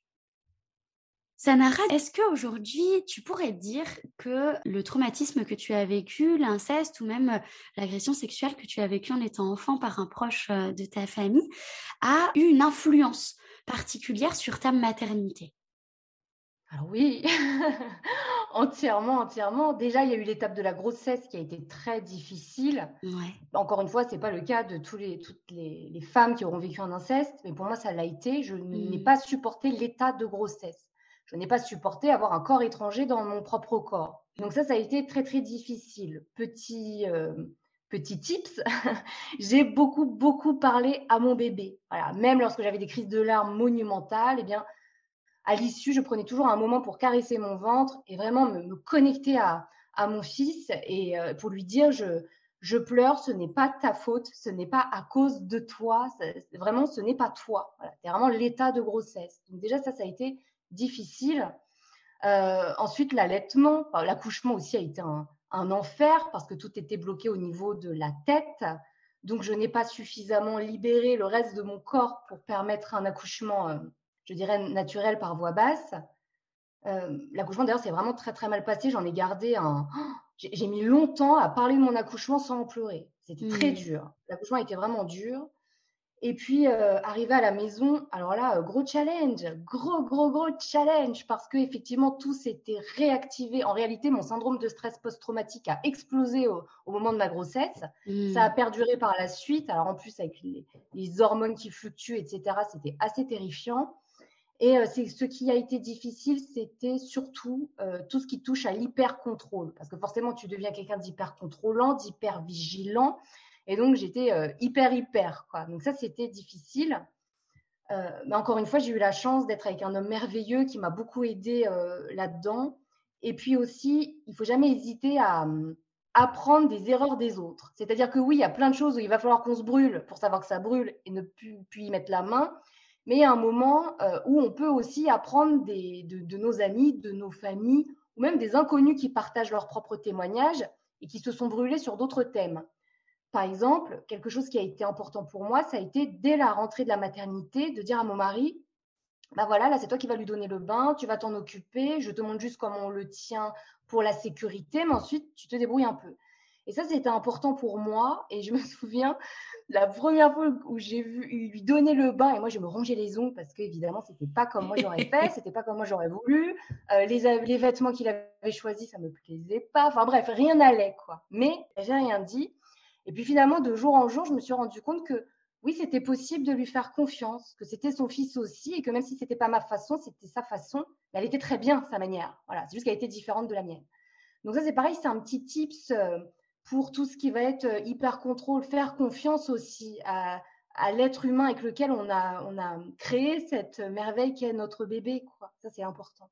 Sanara, est-ce qu'aujourd'hui, tu pourrais dire que le traumatisme que tu as vécu, l'inceste ou même l'agression sexuelle que tu as vécue en étant enfant par un proche de ta famille, a eu une influence particulière sur ta maternité? Alors oui, entièrement, entièrement. Déjà, il y a eu l'étape de la grossesse qui a été très difficile. Ouais. Encore une fois, c'est pas le cas de toutes les femmes qui auront vécu un inceste, mais pour moi, ça l'a été. Je n'ai Mmh. pas supporté l'état de grossesse. Je n'ai pas supporté avoir un corps étranger dans mon propre corps. Donc ça a été très, très difficile. Petit tips, j'ai beaucoup, beaucoup parlé à mon bébé. Voilà, même lorsque j'avais des crises de larmes monumentales, eh bien, à l'issue, je prenais toujours un moment pour caresser mon ventre et vraiment me connecter à mon fils et pour lui dire je pleure, ce n'est pas ta faute, ce n'est pas à cause de toi, vraiment ce n'est pas toi. Voilà, c'est vraiment l'état de grossesse. Donc déjà ça a été difficile. Ensuite l'allaitement, enfin, l'accouchement aussi a été un enfer parce que tout était bloqué au niveau de la tête. Donc je n'ai pas suffisamment libéré le reste de mon corps pour permettre un accouchement je dirais naturel par voie basse. L'accouchement d'ailleurs s'est vraiment très, très mal passé. J'en ai gardé un j'ai mis longtemps à parler de mon accouchement sans en pleurer. C'était très Mmh. dur. L'accouchement était vraiment dur et puis, arrivé à la maison, alors là, gros challenge, gros, gros, gros challenge parce qu'effectivement tout s'était réactivé. En réalité, mon syndrome de stress post-traumatique a explosé au moment de ma grossesse. Ça a Mmh. perduré par la suite. Alors en plus avec les hormones qui fluctuent et cetera, c'était assez terrifiant. Et c'est ce qui a été difficile, c'était surtout, tout ce qui touche à l'hyper-contrôle. Parce que forcément, tu deviens quelqu'un d'hyper contrôlant, d'hyper vigilant et donc j'étais, hyper, quoi. Donc ça, c'était difficile. Mais encore une fois, j'ai eu la chance d'être avec un homme merveilleux qui m'a beaucoup aidée, là-dedans et puis aussi, il faut jamais hésiter apprendre des erreurs des autres. C'est-à-dire que oui, il y a plein de choses où il va falloir qu'on se brûle pour savoir que ça brûle et ne plus y mettre la main. Mais il y a un moment où on peut aussi apprendre de nos amis, de nos familles, ou même des inconnus qui partagent leurs propres témoignages et qui se sont brûlés sur d'autres thèmes. Par exemple, quelque chose qui a été important pour moi, ça a été dès la rentrée de la maternité de dire à mon mari, bah voilà, là c'est toi qui vas lui donner le bain, tu vas t'en occuper, je te montre juste comment on le tient pour la sécurité, mais ensuite tu te débrouilles un peu. Et ça, c'était important pour moi. Et je me souviens, la première fois où j'ai vu lui donner le bain, et moi je me rongeais les ongles parce qu'évidemment, c'était pas comme moi j'aurais fait, c'était pas comme moi j'aurais voulu. Les vêtements qu'il avait choisis, ça me plaisait pas. Enfin bref, rien n'allait quoi. Mais j'ai rien dit. Et puis finalement, de jour en jour, je me suis rendu compte que oui, c'était possible de lui faire confiance, que c'était son fils aussi, et que même si c'était pas ma façon, c'était sa façon. Elle était très bien, sa manière. Voilà, c'est juste qu'elle était différente de la mienne. Donc ça, c'est pareil, c'est un petit tips pour tout ce qui va être hyper contrôle, faire confiance aussi à l'être humain avec lequel on a créé cette merveille qui est notre bébé, quoi. Ça, c'est important.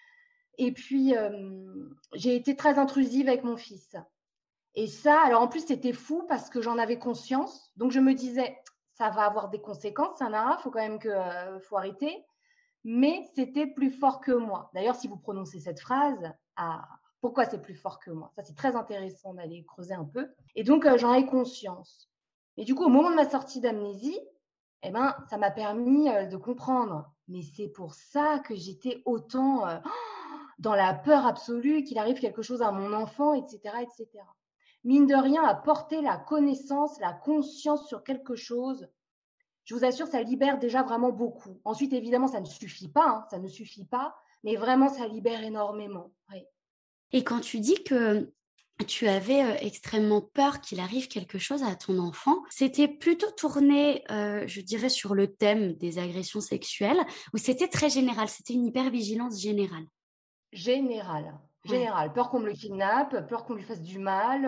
Et puis, j'ai été très intrusive avec mon fils. Et ça, alors en plus, c'était fou parce que j'en avais conscience. Donc, je me disais, ça va avoir des conséquences, Sanara, il faut quand même faut arrêter. Mais c'était plus fort que moi. D'ailleurs, si vous prononcez cette phrase, pourquoi c'est plus fort que moi? Ça, c'est très intéressant d'aller creuser un peu. Et donc, j'en ai conscience. Et du coup, au moment de ma sortie d'amnésie, eh ben, ça m'a permis de comprendre. Mais c'est pour ça que j'étais autant dans la peur absolue qu'il arrive quelque chose à mon enfant, etc., etc. Mine de rien, apporter la connaissance, la conscience sur quelque chose, je vous assure, ça libère déjà vraiment beaucoup. Ensuite, évidemment, ça ne suffit pas, hein, ça ne suffit pas, mais vraiment, ça libère énormément. Oui. Et quand tu dis que tu avais extrêmement peur qu'il arrive quelque chose à ton enfant, c'était plutôt tourné, je dirais, sur le thème des agressions sexuelles, ou c'était très général, c'était une hypervigilance générale? Général. Ouais. Général. Peur qu'on me le kidnappe, peur qu'on lui fasse du mal,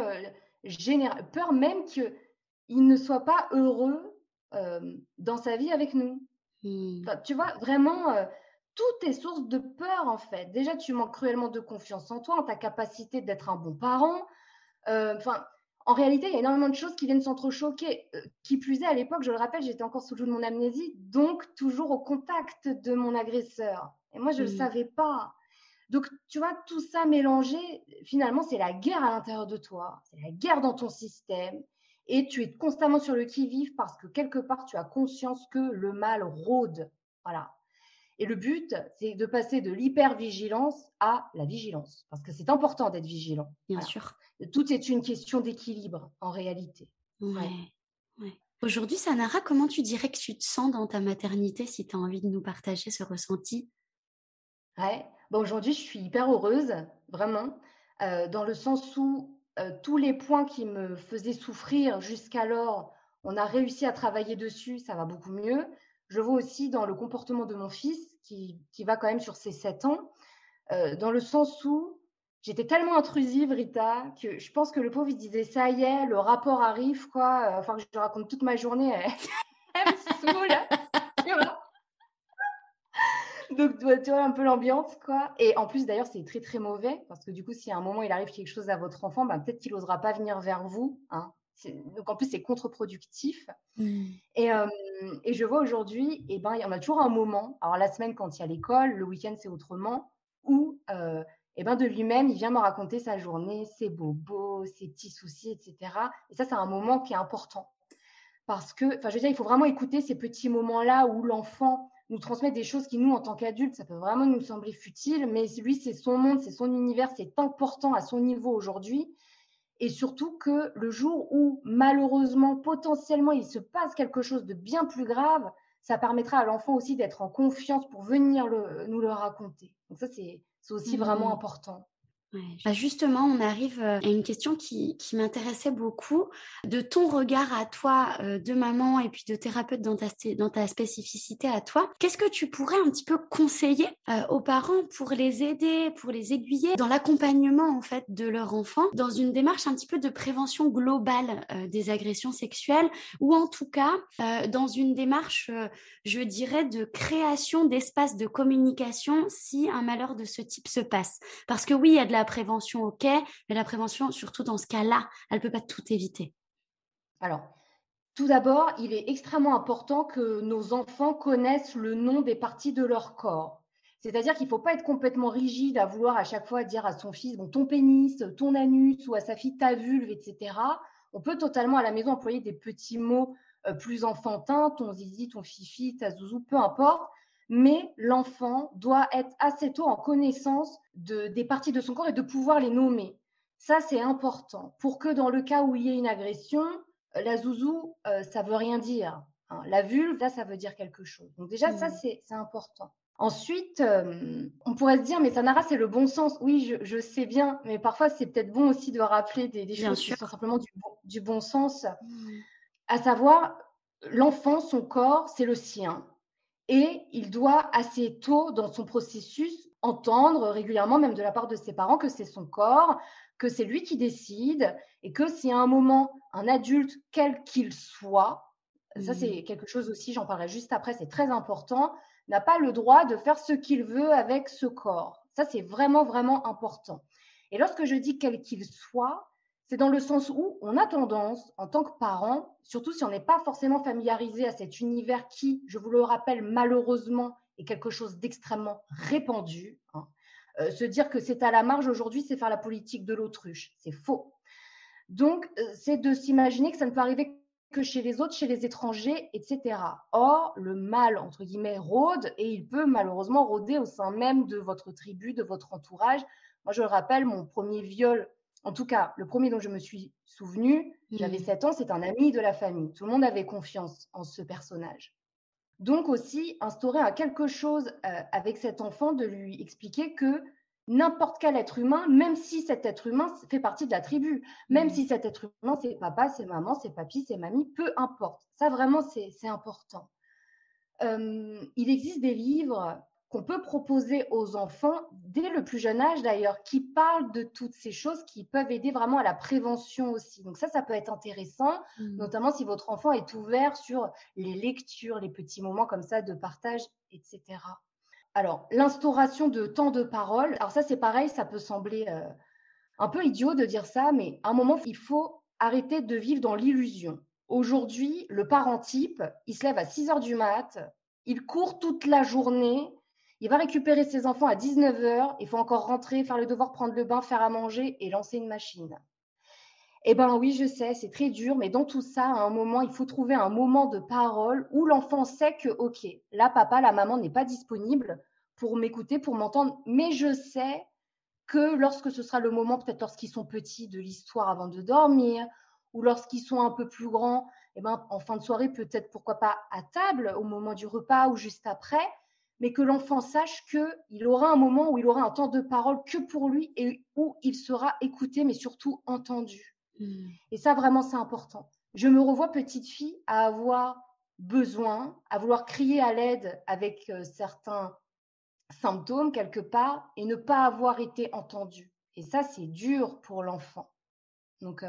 peur même qu'il ne soit pas heureux dans sa vie avec nous. Hmm. Enfin, tu vois, vraiment, tout est source de peur, en fait. Déjà, tu manques cruellement de confiance en toi, en ta capacité d'être un bon parent. Enfin, en réalité, il y a énormément de choses qui viennent s'entrechoquer. Qui plus est, à l'époque, je le rappelle, j'étais encore sous le joug de mon amnésie, donc toujours au contact de mon agresseur. Et moi, je ne le Hmm. savais pas. Donc, tu vois, tout ça mélangé, finalement, c'est la guerre à l'intérieur de toi, c'est la guerre dans ton système. Et tu es constamment sur le qui-vive parce que quelque part, tu as conscience que le mal rôde. Voilà. Et le but, c'est de passer de l'hypervigilance à la vigilance. Parce que c'est important d'être vigilant. Bien Voilà. sûr. Tout est une question d'équilibre, en réalité. Ouais. Ouais. Ouais. Aujourd'hui, Sanara, comment tu dirais que tu te sens dans ta maternité si tu as envie de nous partager ce ressenti? Ouais. Bon, aujourd'hui, je suis hyper heureuse, vraiment, dans le sens où tous les points qui me faisaient souffrir jusqu'alors, on a réussi à travailler dessus, ça va beaucoup mieux. Je vois aussi dans le comportement de mon fils, qui va quand même sur ses 7 ans, dans le sens où j'étais tellement intrusive, Rita, que je pense que le pauvre, il disait, ça y est, le rapport arrive, quoi, enfin, que je te raconte toute ma journée, elle me saoule, tu vois. Donc, tu vois un peu l'ambiance, quoi. Et en plus, d'ailleurs, c'est très, très mauvais parce que du coup, si à un moment il arrive quelque chose à votre enfant, ben, peut-être qu'il n'osera pas venir vers vous, hein. Donc, en plus, c'est contre-productif. Hmm. Et, euh, et je vois aujourd'hui, eh ben, il y en a toujours un moment. Alors, la semaine, quand il y a l'école, le week-end, c'est autrement, où eh ben, de lui-même, il vient me raconter sa journée, ses bobos, ses petits soucis, etc. Et ça, c'est un moment qui est important. Parce que, enfin, je veux dire, il faut vraiment écouter ces petits moments-là où l'enfant nous transmet des choses qui, nous, en tant qu'adultes, ça peut vraiment nous sembler futile, mais lui, c'est son monde, c'est son univers, c'est important à son niveau aujourd'hui. Et surtout que le jour où, malheureusement, potentiellement, il se passe quelque chose de bien plus grave, ça permettra à l'enfant aussi d'être en confiance pour venir nous le raconter. Donc ça, c'est aussi vraiment Hmm. important. Ouais. Bah justement, on arrive à une question qui m'intéressait beaucoup, de ton regard à toi, de maman et puis de thérapeute dans ta spécificité à toi. Qu'est-ce que tu pourrais un petit peu conseiller aux parents pour les aider, pour les aiguiller dans l'accompagnement en fait de leur enfant, dans une démarche un petit peu de prévention globale des agressions sexuelles, ou en tout cas dans une démarche, je dirais, de création d'espaces de communication si un malheur de ce type se passe. Parce que oui, il y a de la la prévention, ok, mais la prévention, surtout dans ce cas-là, elle ne peut pas tout éviter. Alors, tout d'abord, il est extrêmement important que nos enfants connaissent le nom des parties de leur corps. C'est-à-dire qu'il ne faut pas être complètement rigide à vouloir à chaque fois dire à son fils, bon, ton pénis, ton anus, ou à sa fille, ta vulve, etc. On peut totalement à la maison employer des petits mots plus enfantins, ton zizi, ton fifi, ta zouzou, peu importe. Mais l'enfant doit être assez tôt en connaissance des parties de son corps et de pouvoir les nommer. Ça, c'est important pour que dans le cas où il y ait une agression, la zouzou, ça veut rien dire. Hein. La vulve, là, ça veut dire quelque chose. Donc déjà, ça, c'est important. Ensuite, on pourrait se dire, mais Sanara, c'est le bon sens. Oui, je sais bien, mais parfois, c'est peut-être bon aussi de rappeler des choses qui sont simplement du bon sens. À savoir, l'enfant, son corps, c'est le sien. Et il doit assez tôt dans son processus entendre régulièrement, même de la part de ses parents, que c'est son corps, que c'est lui qui décide et que si à un moment, un adulte, quel qu'il soit, ça c'est quelque chose aussi, j'en parlerai juste après, c'est très important, n'a pas le droit de faire ce qu'il veut avec ce corps. Ça c'est vraiment, vraiment important. Et lorsque je dis quel qu'il soit, c'est dans le sens où on a tendance, en tant que parent, surtout si on n'est pas forcément familiarisé à cet univers qui, je vous le rappelle, malheureusement, est quelque chose d'extrêmement répandu. Hein. Se dire que c'est à la marge aujourd'hui, c'est faire la politique de l'autruche. C'est faux. Donc, c'est de s'imaginer que ça ne peut arriver que chez les autres, chez les étrangers, etc. Or, le mal, entre guillemets, rôde et il peut malheureusement rôder au sein même de votre tribu, de votre entourage. Moi, je le rappelle, mon premier viol, en tout cas, le premier dont je me suis souvenue, j'avais 7 ans, c'est un ami de la famille. Tout le monde avait confiance en ce personnage. Donc aussi, instaurer quelque chose avec cet enfant, de lui expliquer que n'importe quel être humain, même si cet être humain fait partie de la tribu, même si cet être humain, c'est papa, c'est maman, c'est papy, c'est mamie, peu importe. Ça, vraiment, c'est important. Il existe des livres qu'on peut proposer aux enfants, dès le plus jeune âge d'ailleurs, qui parlent de toutes ces choses qui peuvent aider vraiment à la prévention aussi. Donc ça peut être intéressant, notamment si votre enfant est ouvert sur les lectures, les petits moments comme ça de partage, etc. Alors, l'instauration de temps de parole, alors ça c'est pareil, ça peut sembler un peu idiot de dire ça, mais à un moment, il faut arrêter de vivre dans l'illusion. Aujourd'hui, le parent type, il se lève à 6 heures du mat, il court toute la journée, il va récupérer ses enfants à 19 heures, il faut encore rentrer, faire le devoir, prendre le bain, faire à manger et lancer une machine. Eh bien oui, je sais, c'est très dur, mais dans tout ça, à un moment, il faut trouver un moment de parole où l'enfant sait que, ok, là, papa, la maman n'est pas disponible pour m'écouter, pour m'entendre, mais je sais que lorsque ce sera le moment, peut-être lorsqu'ils sont petits, de l'histoire avant de dormir, ou lorsqu'ils sont un peu plus grands, eh ben, en fin de soirée, peut-être pourquoi pas à table, au moment du repas ou juste après, mais que l'enfant sache qu'il aura un moment où il aura un temps de parole que pour lui et où il sera écouté, mais surtout entendu. Et ça, vraiment, c'est important. Je me revois petite fille à avoir besoin, à vouloir crier à l'aide avec certains symptômes quelque part et ne pas avoir été entendu. Et ça, c'est dur pour l'enfant. Donc,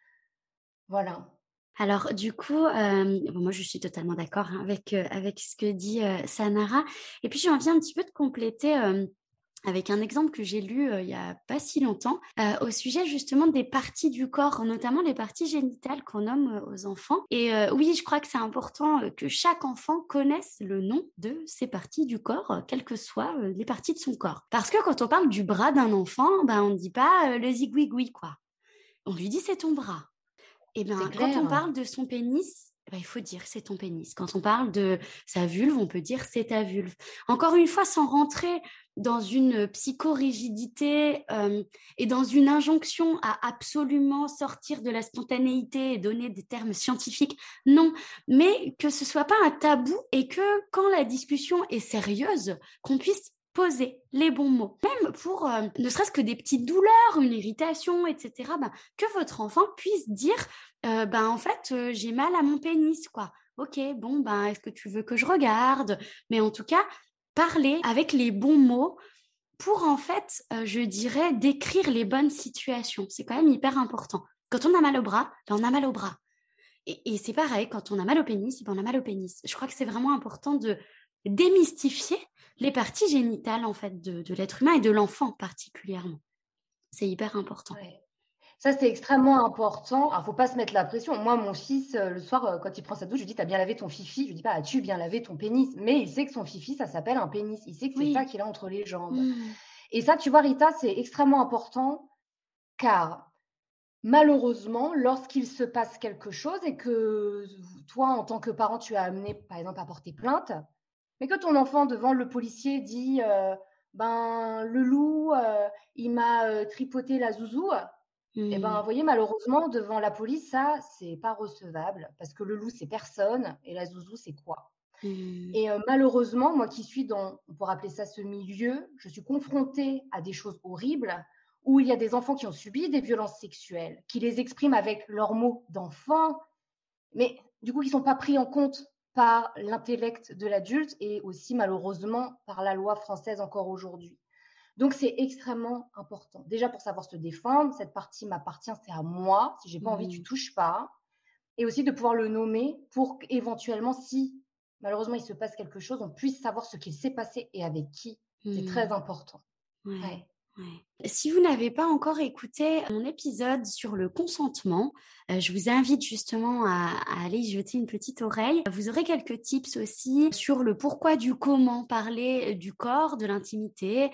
voilà. Alors du coup, moi je suis totalement d'accord avec ce que dit Sanara. Et puis j'ai envie un petit peu de compléter avec un exemple que j'ai lu il n'y a pas si longtemps, au sujet justement des parties du corps, notamment les parties génitales qu'on nomme aux enfants. Et oui, je crois que c'est important que chaque enfant connaisse le nom de ses parties du corps, quelles que soient les parties de son corps. Parce que quand on parle du bras d'un enfant, on ne dit pas le zigouigoui, quoi. On lui dit c'est ton bras. Eh bien, quand on parle de son pénis, il faut dire c'est ton pénis. Quand on parle de sa vulve, on peut dire c'est ta vulve. Encore une fois, sans rentrer dans une psychorigidité et dans une injonction à absolument sortir de la spontanéité et donner des termes scientifiques. Non, mais que ce soit pas un tabou et que quand la discussion est sérieuse, qu'on puisse poser les bons mots, même pour ne serait-ce que des petites douleurs, une irritation, etc. Que votre enfant puisse dire en fait, j'ai mal à mon pénis, quoi. Ok, bon, est-ce que tu veux que je regarde? Mais en tout cas, parler avec les bons mots pour, en fait, je dirais, décrire les bonnes situations. C'est quand même hyper important. Quand on a mal au bras, on a mal au bras. Et c'est pareil, quand on a mal au pénis, on a mal au pénis. Je crois que c'est vraiment important de démystifier les parties génitales, en fait, de l'être humain et de l'enfant particulièrement. C'est hyper important. Ouais. Ça, c'est extrêmement important. Alors, faut pas se mettre la pression. Moi, mon fils, le soir, quand il prend sa douche, je lui dis: «Tu as bien lavé ton fifi?» Je lui dis pas: «As-tu bien lavé ton pénis?» Mais il sait que son fifi, ça s'appelle un pénis. Il sait que c'est ça Oui. qu'il a entre les jambes. Mmh. Et ça, tu vois, Rita, c'est extrêmement important car malheureusement, lorsqu'il se passe quelque chose et que toi, en tant que parent, tu as amené, par exemple, à porter plainte, mais que ton enfant, devant le policier, dit ben, le loup, il m'a tripoté la zouzou. Et ben, Mmh. vous voyez, malheureusement, devant la police, ça, c'est pas recevable parce que le loup, c'est personne et la zouzou, c'est quoi? Mmh. Et malheureusement, moi qui suis dans, on pourrait appeler ça ce milieu, je suis confrontée à des choses horribles où il y a des enfants qui ont subi des violences sexuelles, qui les expriment avec leurs mots d'enfant, mais du coup, qui ne sont pas pris en compte par l'intellect de l'adulte et aussi malheureusement par la loi française encore aujourd'hui. Donc, c'est extrêmement important. Déjà pour savoir se défendre, cette partie m'appartient, c'est à moi. Si j'ai pas envie, tu Mmh. touches pas. Et aussi de pouvoir le nommer pour qu'éventuellement, si malheureusement il se passe quelque chose, on puisse savoir ce qu'il s'est passé et avec qui. C'est très Mmh. important. Ouais, Ouais. ouais. Si vous n'avez pas encore écouté mon épisode sur le consentement, je vous invite justement à aller y jeter une petite oreille. Vous aurez quelques tips aussi sur le pourquoi du comment parler du corps, de l'intimité,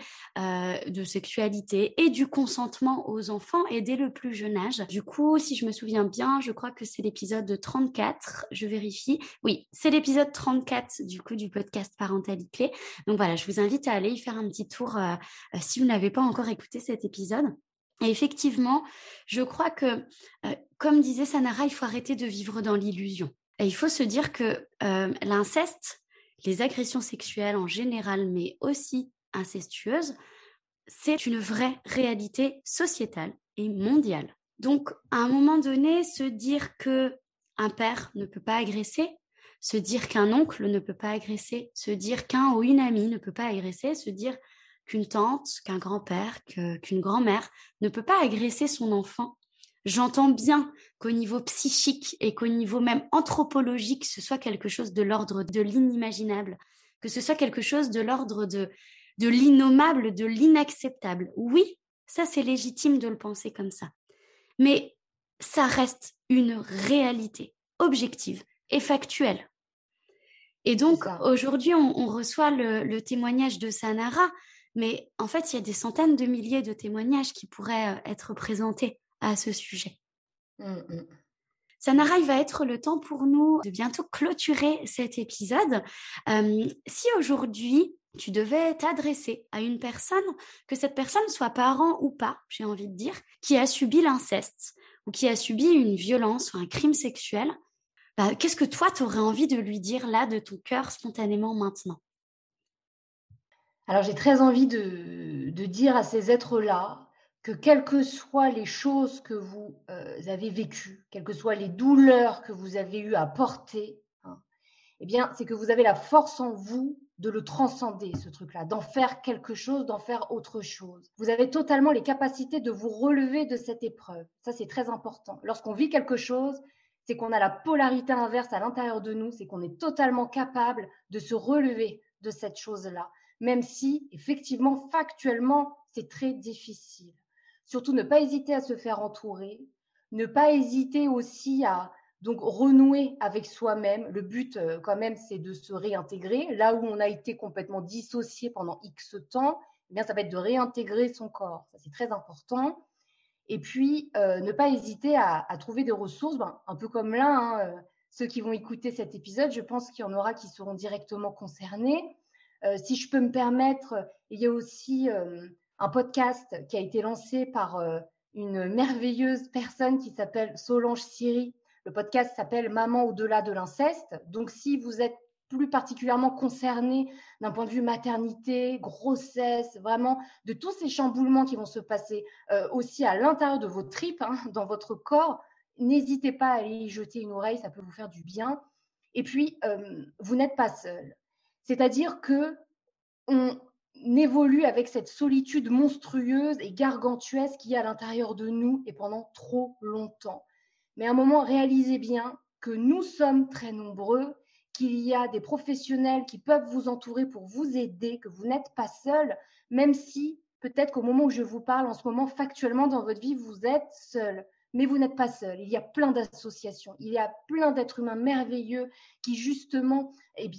de sexualité et du consentement aux enfants et dès le plus jeune âge. Du coup, si je me souviens bien, je crois que c'est l'épisode 34, je vérifie. Oui, c'est l'épisode 34 du coup du podcast Parentalité. Donc voilà, je vous invite à aller y faire un petit tour si vous n'avez pas encore écouté cet épisode. Et effectivement, je crois que, comme disait Sanara, il faut arrêter de vivre dans l'illusion. Et il faut se dire que l'inceste, les agressions sexuelles en général, mais aussi incestueuses, c'est une vraie réalité sociétale et mondiale. Donc, à un moment donné, se dire que un père ne peut pas agresser, se dire qu'un oncle ne peut pas agresser, se dire qu'un ou une amie ne peut pas agresser, se dire qu'une tante, qu'un grand-père, qu'une grand-mère ne peut pas agresser son enfant. J'entends bien qu'au niveau psychique et qu'au niveau même anthropologique, ce soit quelque chose de l'ordre de l'inimaginable, que ce soit quelque chose de l'ordre de l'innommable, de l'inacceptable. Oui, ça c'est légitime de le penser comme ça. Mais ça reste une réalité objective et factuelle. Et C'est donc ça. aujourd'hui, on reçoit le témoignage de Sanara, mais en fait, il y a des centaines de milliers de témoignages qui pourraient être présentés à ce sujet. Mmh. Sanara, il va être le temps pour nous de bientôt clôturer cet épisode. Si aujourd'hui, tu devais t'adresser à une personne, que cette personne soit parent ou pas, j'ai envie de dire, qui a subi l'inceste ou qui a subi une violence ou un crime sexuel, bah, qu'est-ce que toi, tu aurais envie de lui dire là de ton cœur spontanément maintenant? Alors j'ai très envie de dire à ces êtres-là que quelles que soient les choses que vous, avez vécues, quelles que soient les douleurs que vous avez eu à porter, hein, eh bien, c'est que vous avez la force en vous de le transcender, ce truc-là, d'en faire quelque chose, d'en faire autre chose. Vous avez totalement les capacités de vous relever de cette épreuve. Ça, c'est très important. Lorsqu'on vit quelque chose, c'est qu'on a la polarité inverse à l'intérieur de nous, c'est qu'on est totalement capable de se relever de cette chose-là, même si, effectivement, factuellement, c'est très difficile. Surtout, ne pas hésiter à se faire entourer, ne pas hésiter aussi à donc renouer avec soi-même. Le but, quand même, c'est de se réintégrer. Là où on a été complètement dissocié pendant X temps, eh bien, ça va être de réintégrer son corps. Ça, c'est très important. Et puis, ne pas hésiter à trouver des ressources, ben, un peu comme là, hein, ceux qui vont écouter cet épisode, je pense qu'il y en aura qui seront directement concernés. Si je peux me permettre, il y a aussi un podcast qui a été lancé par une merveilleuse personne qui s'appelle Solange Siri. Le podcast s'appelle Maman au-delà de l'inceste. Donc, si vous êtes plus particulièrement concerné d'un point de vue maternité, grossesse, vraiment de tous ces chamboulements qui vont se passer aussi à l'intérieur de vos tripes, hein, dans votre corps, n'hésitez pas à aller y jeter une oreille, ça peut vous faire du bien. Et puis, vous n'êtes pas seul. C'est-à-dire que on évolue avec cette solitude monstrueuse et gargantuesque qui est à l'intérieur de nous et pendant trop longtemps. Mais à un moment, réalisez bien que nous sommes très nombreux, qu'il y a des professionnels qui peuvent vous entourer pour vous aider, que vous n'êtes pas seul, même si peut-être qu'au moment où je vous parle, en ce moment, factuellement, dans votre vie, vous êtes seul. Mais vous n'êtes pas seul. Il y a plein d'associations. Il y a plein d'êtres humains merveilleux qui, justement,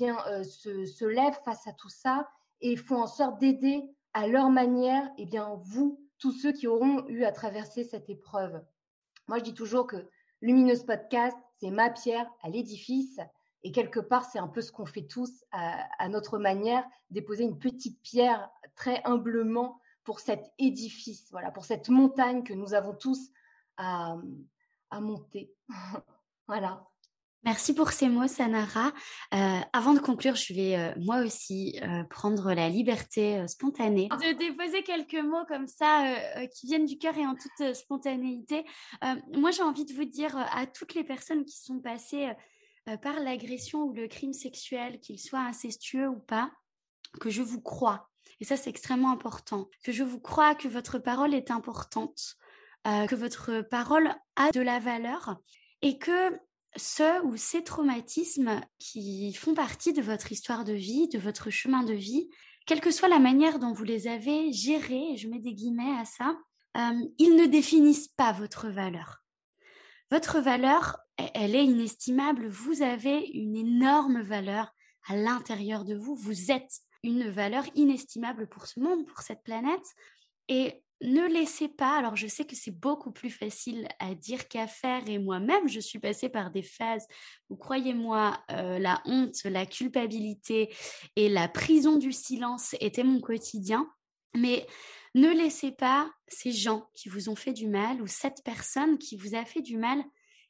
se lèvent face à tout ça et font en sorte d'aider à leur manière, vous, tous ceux qui auront eu à traverser cette épreuve. Moi, je dis toujours que Lumineuse Podcast, c'est ma pierre à l'édifice. Et quelque part, c'est un peu ce qu'on fait tous à notre manière, déposer une petite pierre très humblement pour cet édifice, voilà, pour cette montagne que nous avons tous à monter. Voilà. Merci pour ces mots, Sanara. Avant de conclure, je vais moi aussi prendre la liberté spontanée de déposer quelques mots comme ça qui viennent du cœur et en toute spontanéité. Moi, j'ai envie de vous dire à toutes les personnes qui sont passées par l'agression ou le crime sexuel, qu'il soit incestueux ou pas, que je vous crois. Et ça, c'est extrêmement important. Que je vous crois, que votre parole est importante, que votre parole a de la valeur et que ce ou ces traumatismes qui font partie de votre histoire de vie, de votre chemin de vie, quelle que soit la manière dont vous les avez gérés, et je mets des guillemets à ça, ils ne définissent pas votre valeur. Votre valeur, elle est inestimable. Vous avez une énorme valeur à l'intérieur de vous. Vous êtes une valeur inestimable pour ce monde, pour cette planète. Et ne laissez pas, alors je sais que c'est beaucoup plus facile à dire qu'à faire et moi-même, je suis passée par des phases où, croyez-moi, la honte, la culpabilité et la prison du silence étaient mon quotidien. Mais ne laissez pas ces gens qui vous ont fait du mal ou cette personne qui vous a fait du mal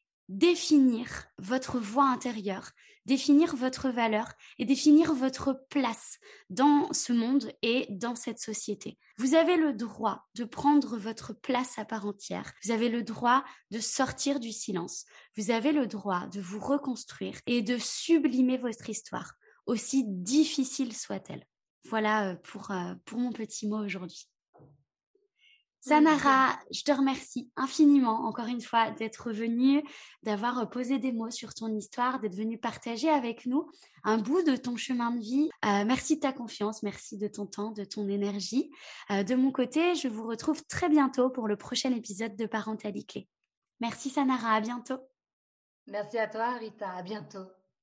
définir votre voix intérieure, définir votre valeur et définir votre place dans ce monde et dans cette société. Vous avez le droit de prendre votre place à part entière. Vous avez le droit de sortir du silence. Vous avez le droit de vous reconstruire et de sublimer votre histoire, aussi difficile soit-elle. Voilà pour mon petit mot aujourd'hui. Sanara, je te remercie infiniment, encore une fois, d'être venue, d'avoir posé des mots sur ton histoire, d'être venue partager avec nous un bout de ton chemin de vie. Merci de ta confiance, merci de ton temps, de ton énergie. De mon côté, je vous retrouve très bientôt pour le prochain épisode de Parentalité Clé. Merci Sanara, à bientôt. Merci à toi Rita, à bientôt.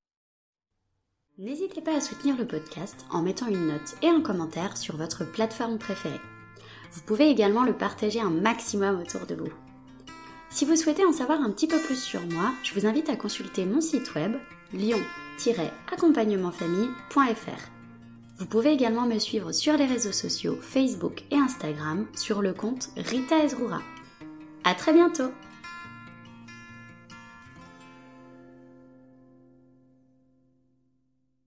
N'hésitez pas à soutenir le podcast en mettant une note et un commentaire sur votre plateforme préférée. Vous pouvez également le partager un maximum autour de vous. Si vous souhaitez en savoir un petit peu plus sur moi, je vous invite à consulter mon site web lion-accompagnementfamille.fr. Vous pouvez également me suivre sur les réseaux sociaux Facebook et Instagram sur le compte Rita Ezroura. À très bientôt!